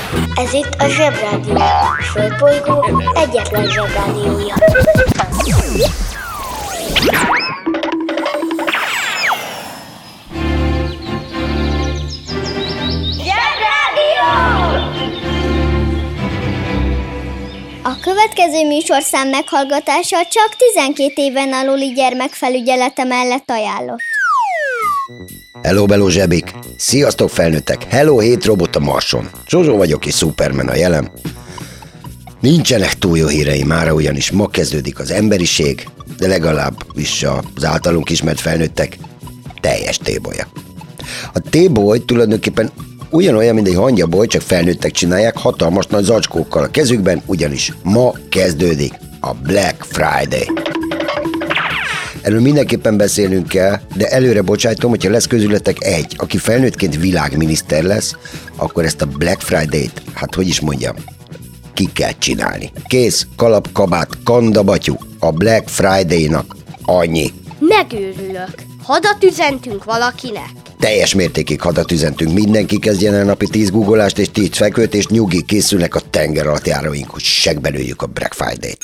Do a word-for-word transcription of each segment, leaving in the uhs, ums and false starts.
Ez itt a Zsebrádió, a Földbolygó egyetlen Zsebrádiója. A következő műsorszám meghallgatása csak tizenkét éven aluli gyermekfelügyelete mellett ajánlott. Hello, bello, zsebik! Sziasztok, felnőttek! Hello, hét robot a Marson! Zsozsó vagyok és Superman a jelen. Nincsenek túl jó híreim mára, ugyanis ma kezdődik az emberiség, de legalább is az általunk ismert felnőttek teljes tébolya. A téboly tulajdonképpen ugyanolyan, mint egy hangyaboly, csak felnőttek csinálják hatalmas nagy zacskókkal a kezükben, ugyanis ma kezdődik a Black Friday. Erről mindenképpen beszélnünk kell, de előre bocsájtom, hogyha lesz közületek egy, aki felnőttként világminiszter lesz, akkor ezt a Black Friday-t, hát hogy is mondjam, ki kell csinálni. Kész, kalap, kabát, kandabatyú, a Black Friday-nak annyi. Megőrülök. Hadat üzentünk valakinek. Teljes mértékig hadat üzentünk, mindenki kezdjen el napi tíz googolást és tíz fekvőt, és nyugi, készülnek a tenger alatt járóink, hogy segbelőjük a Black Friday-t.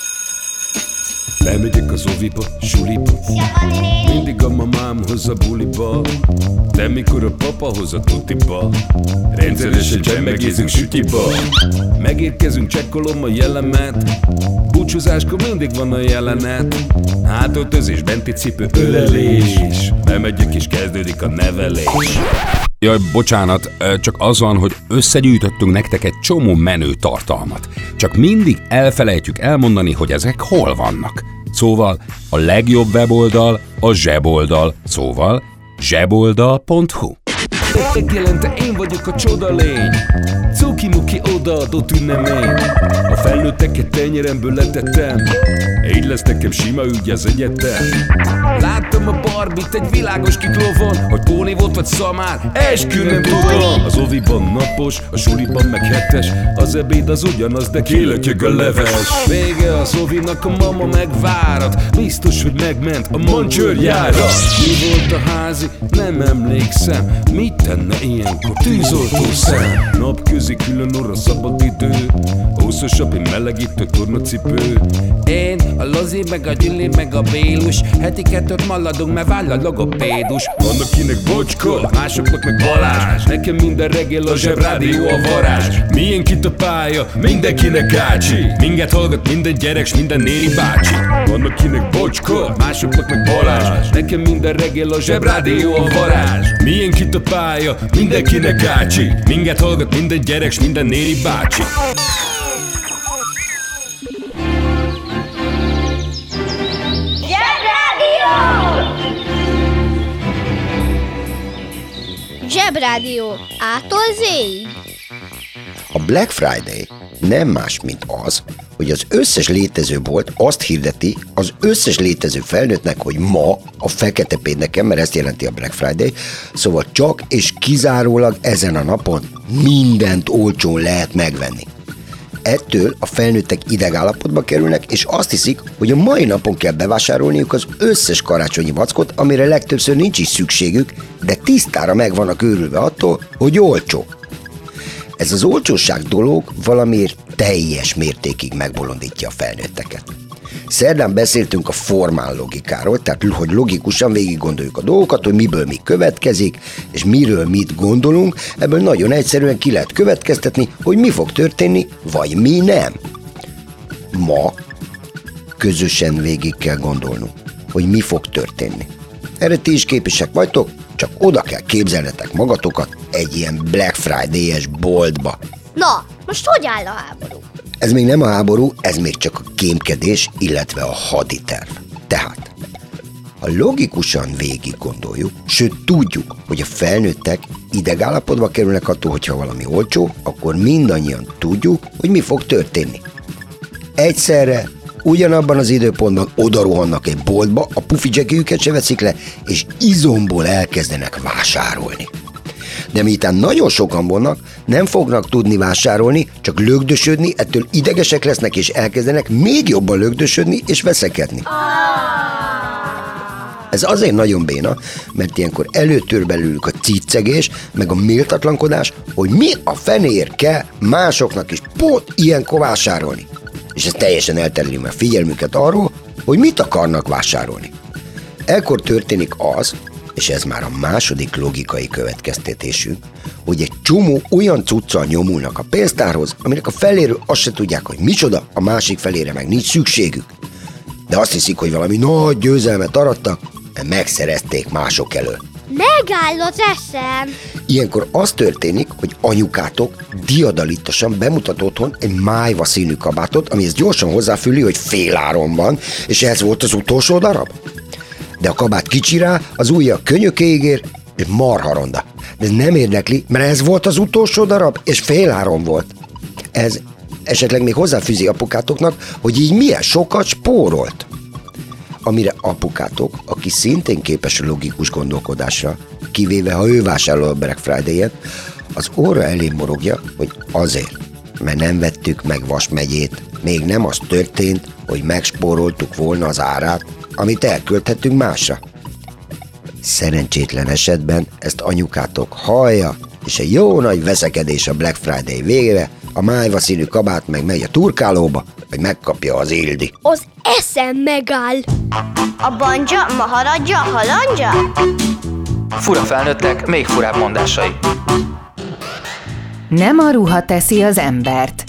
Bemegyek az oviba, suliba, mindig a mamám hoz a buliba, de mikor a papa hoz a tutiba, rendszeresen csemmegézünk sütiba. Megérkezünk, csekkolom a jellemet, búcsúzáskor mindig van a jelenet, hátöltözés, benti cipő, ölelés, bemegyek és kezdődik a nevelés. Jaj, bocsánat, csak az van, hogy összegyűjtöttünk nektek egy csomó menő tartalmat. Csak mindig elfelejtjük elmondani, hogy ezek hol vannak. Szóval a legjobb weboldal a zseboldal, szóval zseboldal pont hu. Megjelente én vagyok a csodalény, cuki-muki odaadott ünnemény. A felnőtteket tenyeremből letettem, így lesz nekem sima ügy az egyetem. Láttam a Barbit egy világos kiklovon, hogy Póni volt vagy szamár, eskü nem tudom. Az oviban napos, a suliban meg hetes, az ebéd az ugyanaz, de kilötyög a leves. Vége az ovinak, a mama megvárat, biztos, hogy megment a mancsőrjára. Mi volt a házi? Nem emlékszem. Mit tenne ilyenkor tűzoltó szem? Napközi külön orra szabad idő, húszosabb, egy melegítő tornacipő. Én, a Lozi, meg a Gyüli, meg a Bélus, heti kettőt maladunk, mert váll a logopédus. Van akinek Bocska, másoknak meg Balázs, nekem minden reggel a Zsebrádió a varázs. Milyen kit a pálya, mindenkinek ácsi, minket hallgat minden gyerek, s minden néri bácsi. Van akinek Bocska, másoknak meg Balázs, nekem minden reggel a Zsebrádió a varázs. Milyen kit a pálya, mindenkinek ácsi, minket hallgat minden gyerek, s minden néri bácsi. Zsebrádió A-tól Z-ig. A Black Friday nem más, mint az, hogy az összes létező bolt azt hirdeti az összes létező felnőttnek, hogy ma a fekete pénteken, mert ezt jelenti a Black Friday, szóval csak és kizárólag ezen a napon mindent olcsón lehet megvenni. Ettől a felnőttek idegállapotba kerülnek, és azt hiszik, hogy a mai napon kell bevásárolniuk az összes karácsonyi vackot, amire legtöbbször nincs is szükségük, de tisztára meg vannak őrülve attól, hogy olcsó. Ez az olcsóság dolog valamiért teljes mértékig megbolondítja a felnőtteket. Szerdán beszéltünk a formál logikáról, tehát hogy logikusan végig gondoljuk a dolgokat, hogy miből mi következik, és miről mit gondolunk, ebből nagyon egyszerűen ki lehet következtetni, hogy mi fog történni, vagy mi nem. Ma közösen végig kell gondolnunk, hogy mi fog történni. Erre ti is képesek vagytok, csak oda kell képzelnetek magatokat egy ilyen Black Friday-es boltba. Na, most hogy áll a háború? Ez még nem a háború, ez még csak a kémkedés, illetve a haditerv. Tehát, ha logikusan végig gondoljuk, sőt tudjuk, hogy a felnőttek idegállapotba kerülnek attól, hogyha valami olcsó, akkor mindannyian tudjuk, hogy mi fog történni. Egyszerre, ugyanabban az időpontban odarohannak egy boltba, a pufi jackjüket se veszik le, és izomból elkezdenek vásárolni. De miután nagyon sokan vannak, nem fognak tudni vásárolni, csak lögdösödni, ettől idegesek lesznek és elkezdenek még jobban lögdösödni és veszekedni. Ez azért nagyon béna, mert ilyenkor előtör belőlük a ciccegés, meg a méltatlankodás, hogy mi a fenéért kell másoknak is pont ilyenkor vásárolni. És ez teljesen eltereli a figyelmüket arról, hogy mit akarnak vásárolni. Ekkor történik az, és ez már a második logikai következtetésünk, hogy egy csomó olyan cuccal nyomulnak a pénztárhoz, aminek a feléről azt se tudják, hogy micsoda, a másik felére meg nincs szükségük. De azt hiszik, hogy valami nagy győzelmet arattak, mert megszerezték mások elől. Megáll az eszem! Ilyenkor az történik, hogy anyukátok diadalítosan bemutat otthon egy májva színű kabátot, amihez gyorsan hozzáfűli, hogy féláron van, és ez volt az utolsó darab. De a kabát kicsi rá, az ujja a könyökéig ér, és marha ronda. De ez nem érdekli, mert ez volt az utolsó darab, és féláron volt. Ez esetleg még hozzáfűzi apukátoknak, hogy így milyen sokat spórolt. Amire apukátok, aki szintén képes a logikus gondolkodásra, kivéve ha ő vásárol a Black Friday-en, az óra elé morogja, hogy azért, mert nem vettük meg Vas megyét, még nem az történt, hogy megspóroltuk volna az árát, amit elkölthetünk másra. Szerencsétlen esetben ezt anyukátok hallja, és egy jó nagy veszekedés a Black Friday végére, a májva színű kabát meg megy a turkálóba, hogy megkapja az Ildi. Az eszem megáll! A banja, maharadja, halandja? Fura felnőttek, még furább mondásai. Nem a ruha teszi az embert.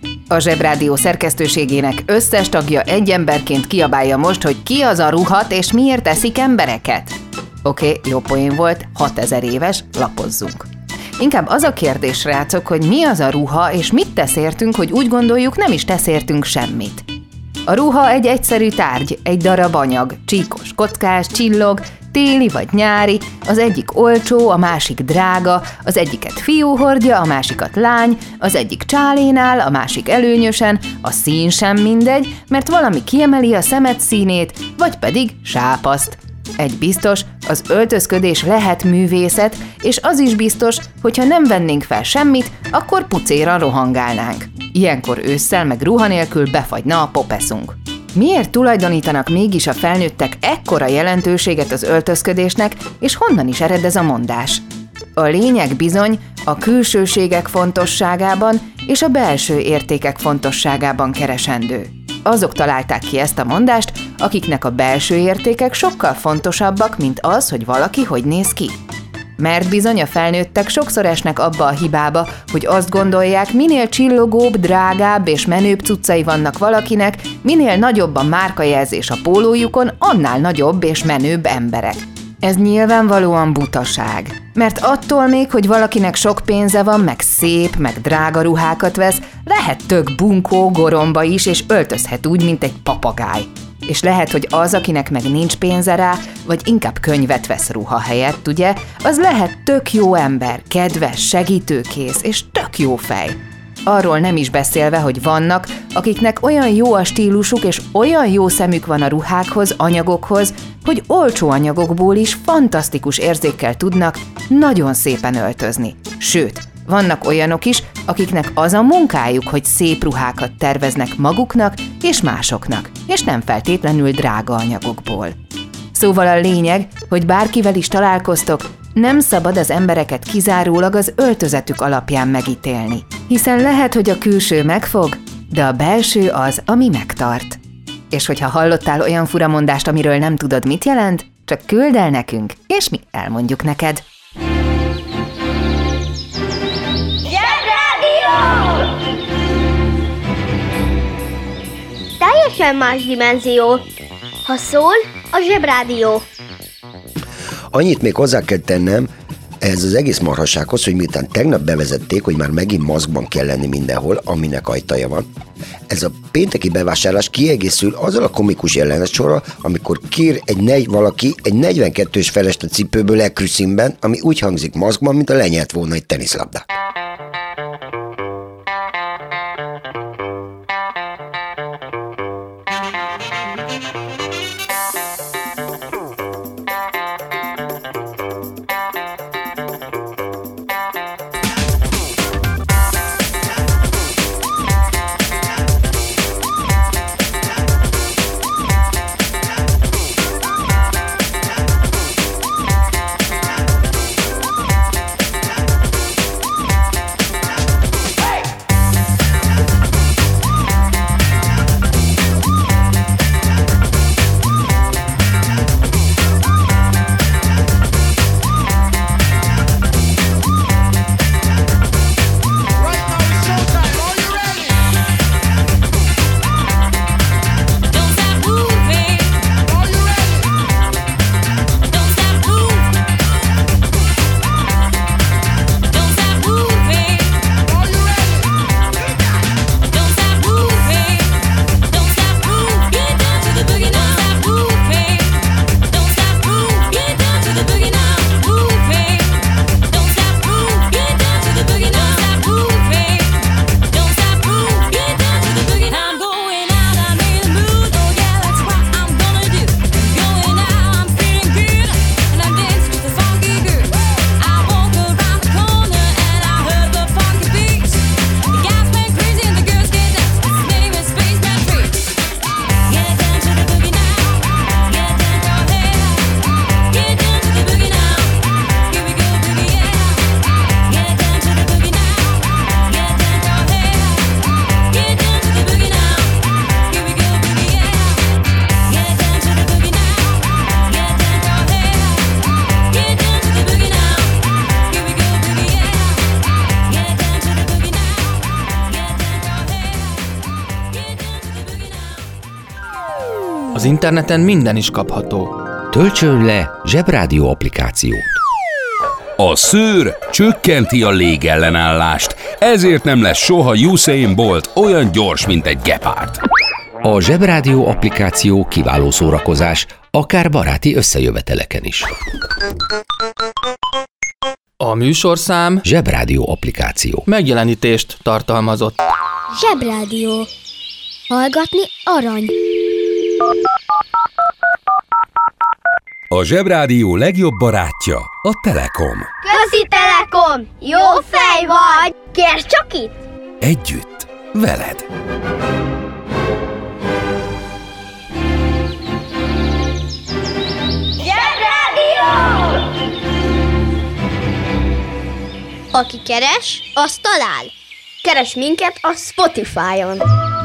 A Zsebrádió szerkesztőségének összes tagja egy emberként kiabálja most, hogy ki az a ruhat és miért teszik embereket. Oké, okay, jó poén volt, hatezer éves, lapozzunk. Inkább az a kérdés, rácok, hogy mi az a ruha, és mit tesz értünk, hogy úgy gondoljuk, nem is tesz értünk semmit. A ruha egy egyszerű tárgy, egy darab anyag, csíkos, kockás, csillog, téli vagy nyári, az egyik olcsó, a másik drága, az egyiket fiú hordja, a másikat lány, az egyik csálénál, a másik előnyösen, a szín sem mindegy, mert valami kiemeli a szemed színét, vagy pedig sápaszt. Egy biztos, az öltözködés lehet művészet, és az is biztos, hogyha nem vennénk fel semmit, akkor pucéran rohangálnánk. Ilyenkor ősszel meg ruha nélkül befagyna a popeszunk. Miért tulajdonítanak mégis a felnőttek ekkora jelentőséget az öltözködésnek, és honnan is ered ez a mondás? A lényeg bizony a külsőségek fontosságában és a belső értékek fontosságában keresendő. Azok találták ki ezt a mondást, akiknek a belső értékek sokkal fontosabbak, mint az, hogy valaki hogy néz ki. Mert bizony a felnőttek sokszor esnek abba a hibába, hogy azt gondolják, minél csillogóbb, drágább és menőbb cuccai vannak valakinek, minél nagyobb a márkajelzés a pólójukon, annál nagyobb és menőbb emberek. Ez nyilvánvalóan butaság. Mert attól még, hogy valakinek sok pénze van, meg szép, meg drága ruhákat vesz, lehet tök bunkó, goromba is, és öltözhet úgy, mint egy papagáj. És lehet, hogy az, akinek meg nincs pénze rá, vagy inkább könyvet vesz ruha helyett, ugye, az lehet tök jó ember, kedves, segítőkész, és tök jó fej. Arról nem is beszélve, hogy vannak, akiknek olyan jó a stílusuk, és olyan jó szemük van a ruhákhoz, anyagokhoz, hogy olcsó anyagokból is fantasztikus érzékkel tudnak nagyon szépen öltözni. Sőt, vannak olyanok is, akiknek az a munkájuk, hogy szép ruhákat terveznek maguknak és másoknak, és nem feltétlenül drága anyagokból. Szóval a lényeg, hogy bárkivel is találkoztok, nem szabad az embereket kizárólag az öltözetük alapján megítélni. Hiszen lehet, hogy a külső megfog, de a belső az, ami megtart. És hogyha hallottál olyan furamondást, amiről nem tudod, mit jelent, csak küld el nekünk, és mi elmondjuk neked. Teljesen más dimenzió. Ha szól, a Zsebrádió. Annyit még hozzá kell tennem ehhez az egész marhasághoz, hogy miután tegnap bevezették, hogy már megint maszkban kell lenni mindenhol, aminek ajtaja van. Ez a pénteki bevásárlás kiegészül azzal a komikus jelenetsorral, amikor kér egy negy valaki egy negyvenkettős felest a cipőből ekrűszínben, ami úgy hangzik maszkban, mint a lenyelt volna egy teniszlabdát. Az interneten minden is kapható. Töltsön le Zsebrádió applikációt. A szőr csökkenti a légellenállást, ezért nem lesz soha Usain Bolt olyan gyors, mint egy gepárd. A Zsebrádió applikáció kiváló szórakozás, akár baráti összejöveteleken is. A műsorszám Zsebrádió applikáció megjelenítést tartalmazott. Zsebrádió. Hallgatni arany. A Zsebrádió legjobb barátja a Telekom. Közi Telekom! Jó fej vagy! Kérd csak itt! Együtt, veled. Zsebrádió! Aki keres, az talál. Keres minket a Spotify-on.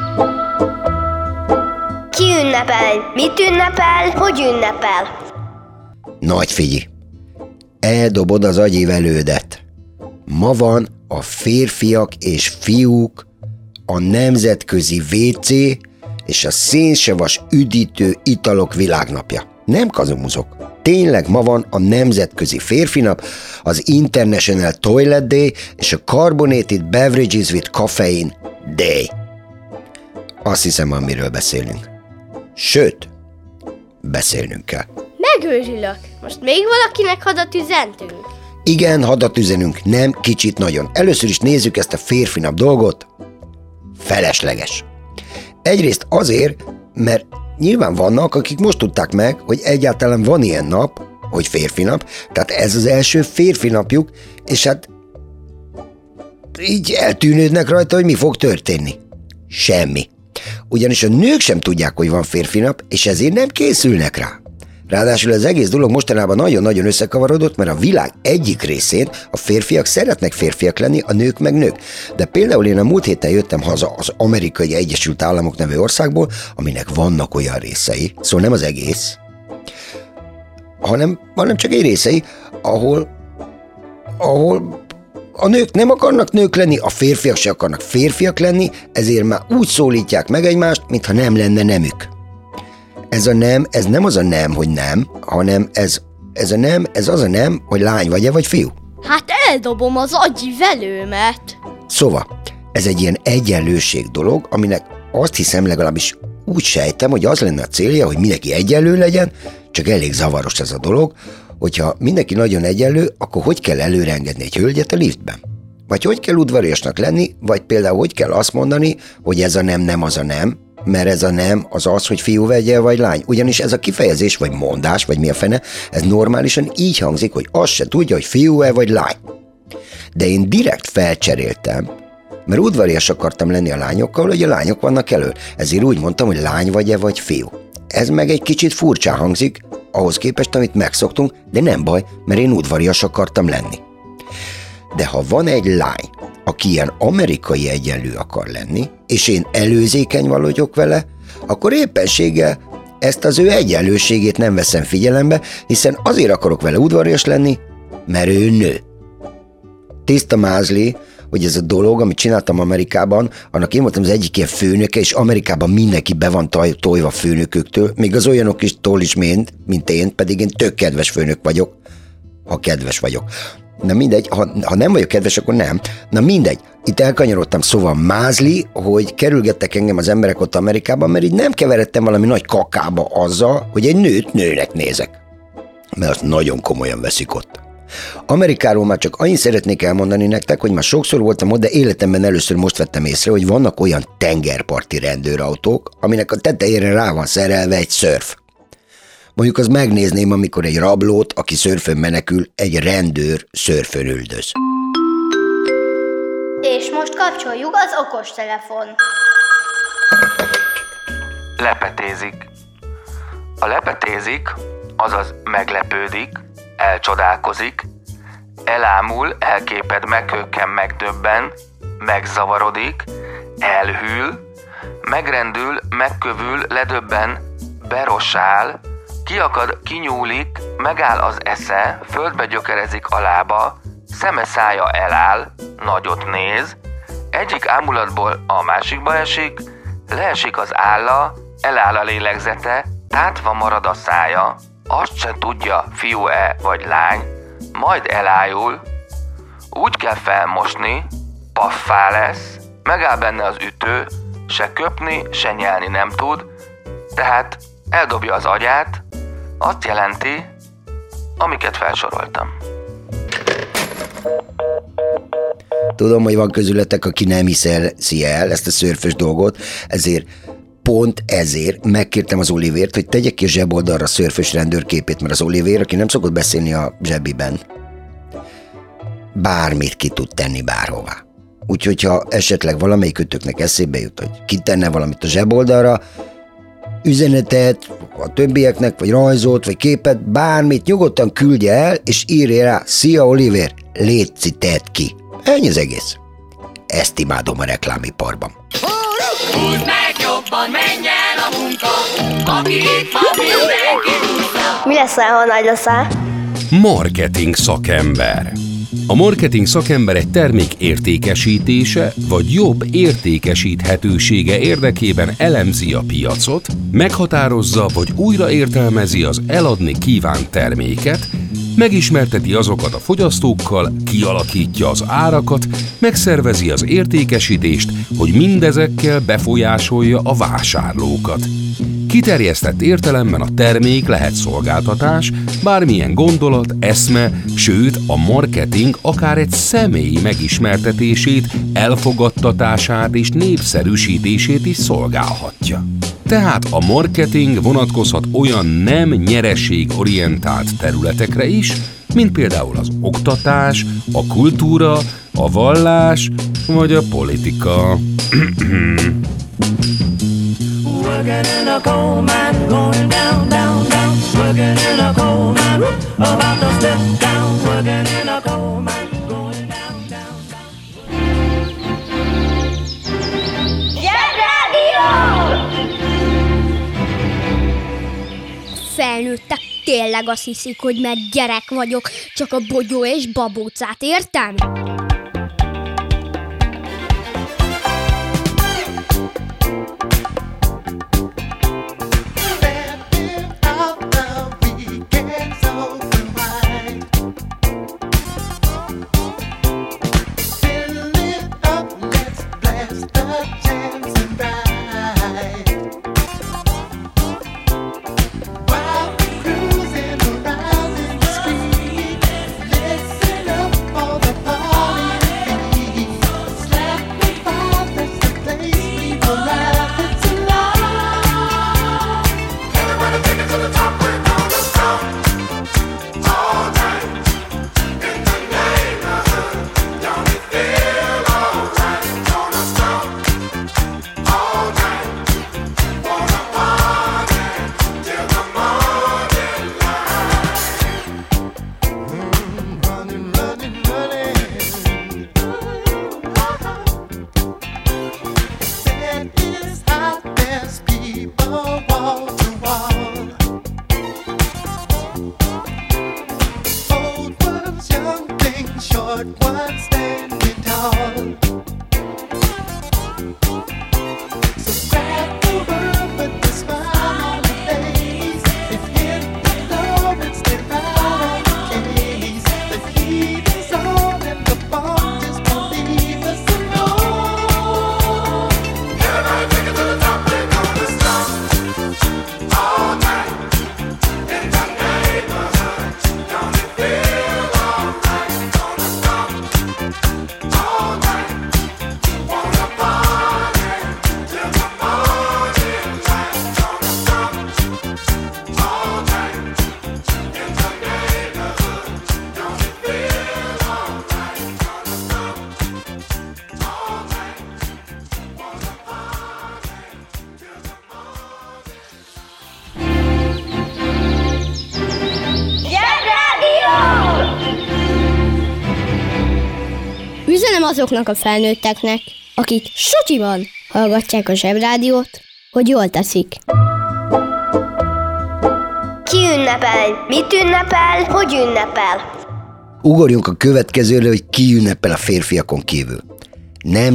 Ki ünnepel? Mit ünnepel? Hogy ünnepel? Nagy figyelj! Eldobod az agyévelődet. Ma van a férfiak és fiúk, a nemzetközi vé cé és a szénsavas üdítő italok világnapja. Nem kazumuzok. Tényleg ma van a nemzetközi férfinap, az International Toilet Day és a Carbonated Beverages with Caffeine Day. Azt hiszem, amiről beszélünk. Sőt, beszélnünk kell. Megőrülök. Most még valakinek hadat üzentünk? Igen, hadat üzenünk, nem kicsit nagyon. Először is nézzük ezt a férfinap dolgot. Felesleges. Egyrészt azért, mert nyilván vannak, akik most tudták meg, hogy egyáltalán van ilyen nap, hogy férfinap, tehát ez az első férfinapjuk, és hát így eltűnődnek rajta, hogy mi fog történni. Semmi. Ugyanis a nők sem tudják, hogy van férfinap, és ezért nem készülnek rá. Ráadásul az egész dolog mostanában nagyon-nagyon összekavarodott, mert a világ egyik részén a férfiak szeretnek férfiak lenni, a nők meg nők. De például én a múlt héten jöttem haza az Amerikai Egyesült Államok nevű országból, aminek vannak olyan részei, szóval nem az egész, hanem, hanem csak egy részei, ahol, ahol a nők nem akarnak nők lenni, a férfiak se akarnak férfiak lenni, ezért már úgy szólítják meg egymást, mintha nem lenne nemük. Ez a nem, ez nem az a nem, hogy nem, hanem ez, ez a nem, ez az a nem, hogy lány vagy-e, vagy fiú. Hát eldobom az agyi velőmet. Szóval, ez egy ilyen egyenlőség dolog, aminek azt hiszem, legalábbis úgy sejtem, hogy az lenne a célja, hogy mindenki egyenlő legyen, csak elég zavaros ez a dolog, hogyha mindenki nagyon egyenlő, akkor hogy kell előre engedni egy hölgyet a liftben? Vagy hogy kell udvariasnak lenni, vagy például hogy kell azt mondani, hogy ez a nem nem az a nem, mert ez a nem az az, hogy fiú vegye vagy lány. Ugyanis ez a kifejezés, vagy mondás, vagy mi a fene, ez normálisan így hangzik, hogy azt se tudja, hogy fiú-e vagy lány. De én direkt felcseréltem, mert udvarias akartam lenni a lányokkal, hogy a lányok vannak elő. Ezért úgy mondtam, hogy lány vagy-e vagy fiú. Ez meg egy kicsit furcsán hangzik, ahhoz képest, amit megszoktunk, de nem baj, mert én udvarias akartam lenni. De ha van egy lány, aki ilyen amerikai egyenlő akar lenni, és én előzékeny vagyok vele, akkor éppenséggel ezt az ő egyenlőségét nem veszem figyelembe, hiszen azért akarok vele udvarias lenni, mert ő nő. Tiszta mázli, hogy ez a dolog, amit csináltam Amerikában, annak én voltam az egyik ilyen főnöke, és Amerikában mindenki be van taj- tojva főnököktől, még az olyanok is tól is mint, mint én, pedig én tök kedves főnök vagyok, ha kedves vagyok. Na mindegy, ha, ha nem vagyok kedves, akkor nem. Na mindegy, itt elkanyarodtam, szóval mázli, hogy kerülgettek engem az emberek ott Amerikában, mert így nem keveredtem valami nagy kakába azzal, hogy egy nőt nőnek nézek. Mert azt nagyon komolyan veszik ott. Amerikáról már csak annyit szeretnék elmondani nektek, hogy már sokszor voltam ott, de életemben először most vettem észre, hogy vannak olyan tengerparti rendőrautók, aminek a tetejére rá van szerelve egy szörf. Mondjuk az megnézném, amikor egy rablót, aki szörfön menekül, egy rendőr szörfön üldöz. És most kapcsoljuk az okostelefon. Lepetézik. A lepetézik, azaz meglepődik, elcsodálkozik, elámul, elképed, meghökken, megdöbben, megzavarodik, elhűl, megrendül, megkövül, ledöbben, berossál, kiakad, kinyúlik, megáll az esze, földbe gyökerezik a lába, szeme szája eláll, nagyot néz, egyik ámulatból a másikba esik, leesik az álla, eláll a lélegzete, tátva marad a szája, azt se tudja, fiú-e vagy lány, majd elájul, úgy kell felmosni, paffá lesz, megáll benne az ütő, se köpni, se nyelni nem tud, tehát eldobja az agyát, azt jelenti, amiket felsoroltam. Tudom, hogy van közületek, aki nem hiszi el ezt a szörfös dolgot, ezért pont ezért megkértem az Olivért, hogy tegye ki a zseboldalra a szörfös rendőrképét, mert az Olivér, aki nem szokott beszélni a zsebiben, bármit ki tud tenni bárhová. Úgyhogy ha esetleg valamelyikőtöknek eszébe jut, hogy kitenne valamit a zseboldalra, üzenetet a többieknek, vagy rajzot, vagy képet, bármit nyugodtan küldje el, és írja rá: szia Oliver, létszi, tedd ki. Ennyi az egész. Ezt imádom a reklámiparban. Húzd meg jobban, menjen a munka, aki itt van, mindenki húzza. Mi leszel, ha nagy leszel? Marketing szakember. A marketing szakember egy termék értékesítése, vagy jobb értékesíthetősége érdekében elemzi a piacot, meghatározza vagy újraértelmezi az eladni kívánt terméket, megismerteti azokat a fogyasztókkal, kialakítja az árakat, megszervezi az értékesítést, hogy mindezekkel befolyásolja a vásárlókat. Kiterjesztett értelemben a termék lehet szolgáltatás, bármilyen gondolat, eszme, sőt a marketing akár egy személy megismertetését, elfogadtatását és népszerűsítését is szolgálhatja. Tehát a marketing vonatkozhat olyan nem nyereségorientált területekre is, mint például az oktatás, a kultúra, a vallás vagy a politika. Working in a coal mine, going down, down, down. Working in a coal mine, about to step down. Working in a coal mine, going down, down, down. Zsebrádió! Felnőttek tényleg azt hiszik, hogy mert gyerek vagyok, csak a bogyó és babócát értem? Üzenem azoknak a felnőtteknek, akik sutyiban hallgatják a Zsebrádiót, hogy jól teszik. Ki ünnepel? Mit ünnepel? Hogy ünnepel? Ugorjunk a következőre, hogy ki ünnepel a férfiakon kívül.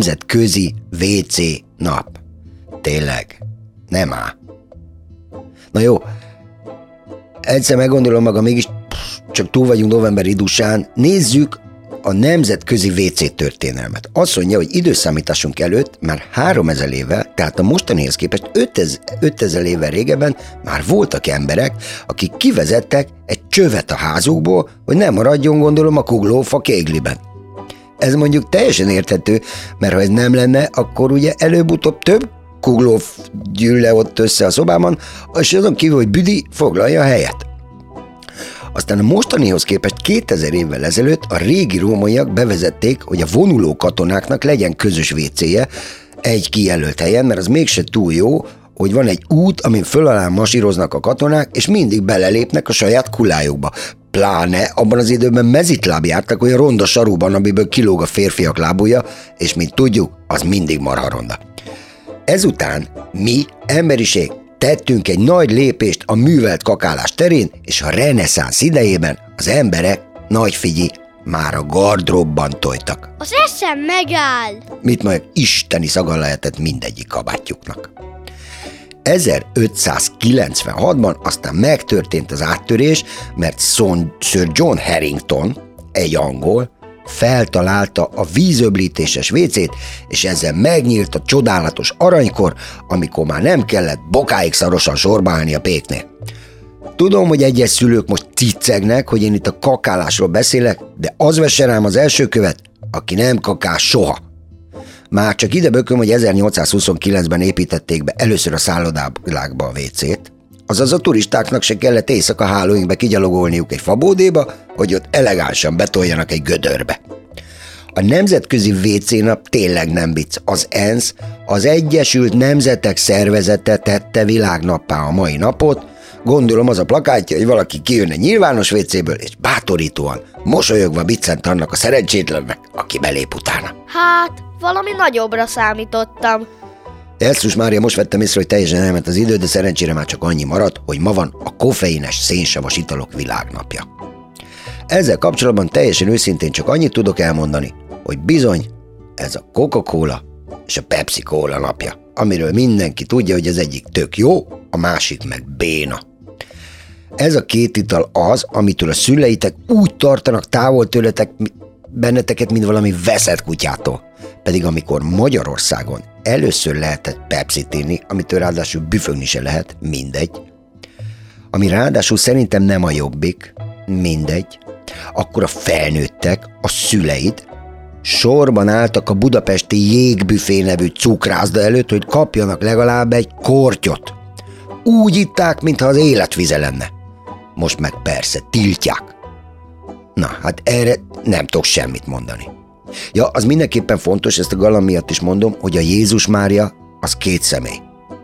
Nemzetközi vé cé nap. Tényleg, nem áll. Na jó, egyszer meggondolom magam, mégis csak túl vagyunk november idusán, nézzük a nemzetközi vé cé történelmet. Azt mondja, hogy időszámításunk előtt már háromezer évvel, tehát a mostanihez képest ötezer évvel régebben már voltak emberek, akik kivezettek egy csövet a házukból, hogy nem maradjon, gondolom, a kuglófa kégliben. Ez mondjuk teljesen érthető, mert ha ez nem lenne, akkor ugye előbb-utóbb több kuglóf gyűl le ott össze a szobában, és azon kívül, hogy büdi foglalja a helyet. Aztán a mostanihoz képest kétezer évvel ezelőtt a régi rómaiak bevezették, hogy a vonuló katonáknak legyen közös vécéje egy kijelölt helyen, mert az mégse túl jó, hogy van egy út, amin föl alá masíroznak a katonák, és mindig belelépnek a saját kulájukba. Pláne abban az időben mezitláb jártak olyan ronda sarúban, amiből kilóg a férfiak lábúja, és mint tudjuk, az mindig marha ronda. Ezután mi, emberiség, tettünk egy nagy lépést a művelt kakálás terén, és a reneszánsz idejében az emberek, nagy figyi, már a gardróbban tojtak. Az eszem megáll! Mit majd isteni szaga lehetett mindegyik kabátjuknak. ezerötszázkilencvenhatban aztán megtörtént az áttörés, mert Sir John Harrington, egy angol, feltalálta a vízöblítéses vécét, és ezzel megnyílt a csodálatos aranykor, amikor már nem kellett bokáig szarosan sorba állni a péknél. Tudom, hogy egyes szülők most ciccegnek, hogy én itt a kakálásról beszélek, de az vesse rám az első követ, aki nem kakál soha. Már csak ide bököm, hogy ezernyolcszázhuszonkilencben építették be először a szállodákba a vécét, azaz a turistáknak se kellett éjszaka hálóinkbe kigyalogolniuk egy fabódéba, hogy ott elegánsan betoljanak egy gödörbe. A nemzetközi vé cé nap tényleg nem vicc. Az ENSZ, az Egyesült Nemzetek Szervezete tette világnappá a mai napot. Gondolom az a plakátja, hogy valaki kijön egy nyilvános vécéből, és bátorítóan, mosolyogva biccent annak a szerencsétlennek, aki belép utána. Hát, valami nagyobbra számítottam. Elszus Mária, most vettem észre, hogy teljesen elment az idő, de szerencsére már csak annyi maradt, hogy ma van a koffeines szénsavas italok világnapja. Ezzel kapcsolatban teljesen őszintén csak annyit tudok elmondani, hogy bizony ez a Coca-Cola és a Pepsi-Cola napja, amiről mindenki tudja, hogy az egyik tök jó, a másik meg béna. Ez a két ital az, amitől a szüleitek úgy tartanak távol tőletek benneteket, mint valami veszett kutyától. Pedig amikor Magyarországon először lehetett Pepsit inni, amitől ráadásul büfögni se lehet, mindegy, ami ráadásul szerintem nem a jobbik, mindegy, akkor a felnőttek, a szüleid sorban álltak a budapesti Jégbüfé nevű cukrászda előtt, hogy kapjanak legalább egy kortyot. Úgy itták, mintha az életvize lenne. Most meg persze tiltják. Na, hát erre nem tudok semmit mondani. Ja, az mindenképpen fontos, ezt a galamb miatt is mondom, hogy a Jézus Mária az két személy.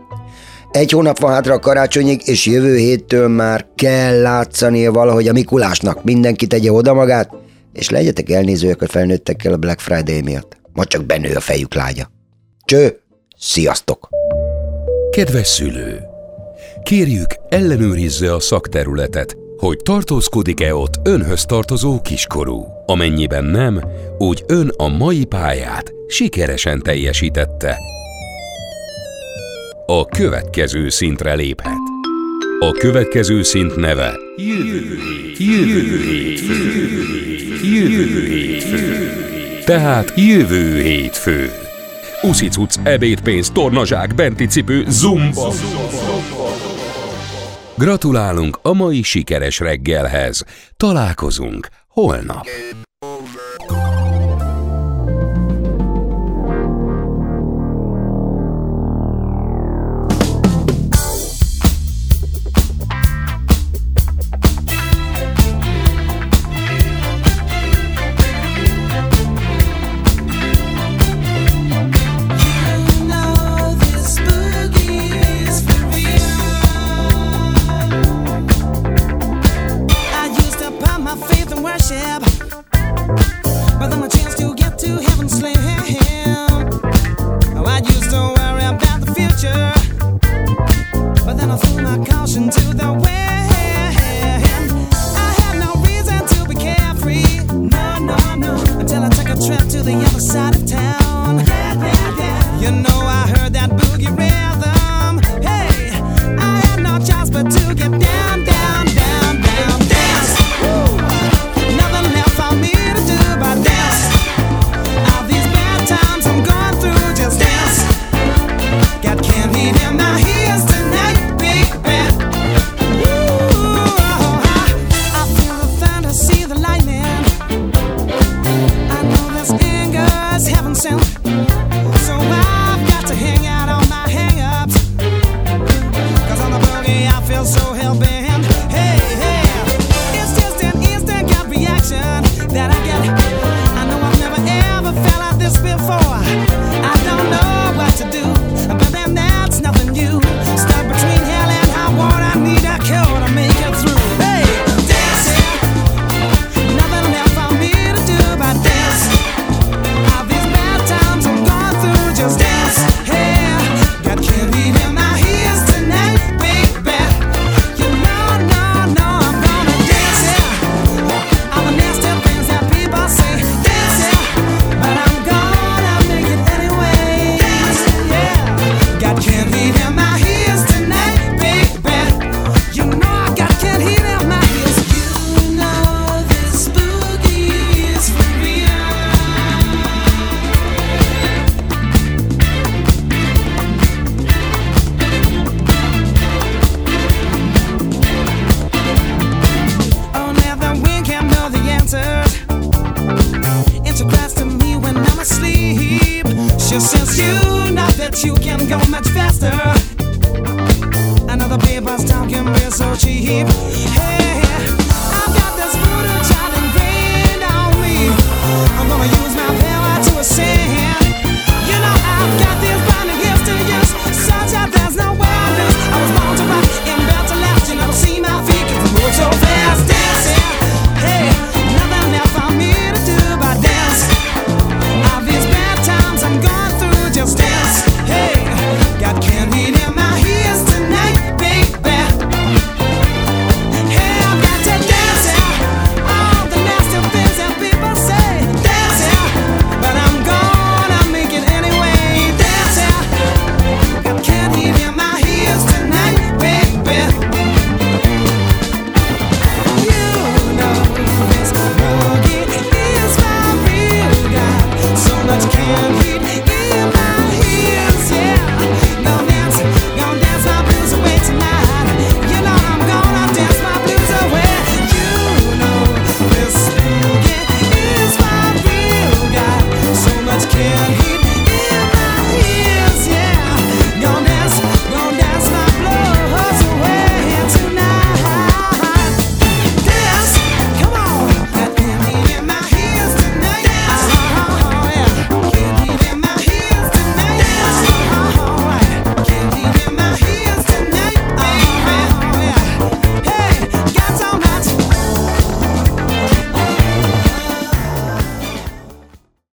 Egy hónap van hátra a karácsonyig, és jövő héttől már kell látszania valahogy a Mikulásnak. Mindenki tegye oda magát, és legyetek elnézőek a felnőttekkel a Black Friday miatt. Ma csak benő a fejük lágya. Cső, sziasztok! Kedves szülő! Kérjük, ellenőrizze a szakterületet, hogy tartózkodik-e ott önhöz tartozó kiskorú. Amennyiben nem, úgy ön a mai pályát sikeresen teljesítette. A következő szintre léphet. A következő szint neve Jövő hétfő. Jövő hétfő. Tehát jövő hétfő. Uszicuc, ebédpénz, tornazsák, benti cipő, zumba. Gratulálunk a mai sikeres reggelhez. Találkozunk holnap. You know I heard that boogie rhythm. Hey, I had no chance but it's you, not that you can go much faster. Another paper's talking real so cheap. Hey.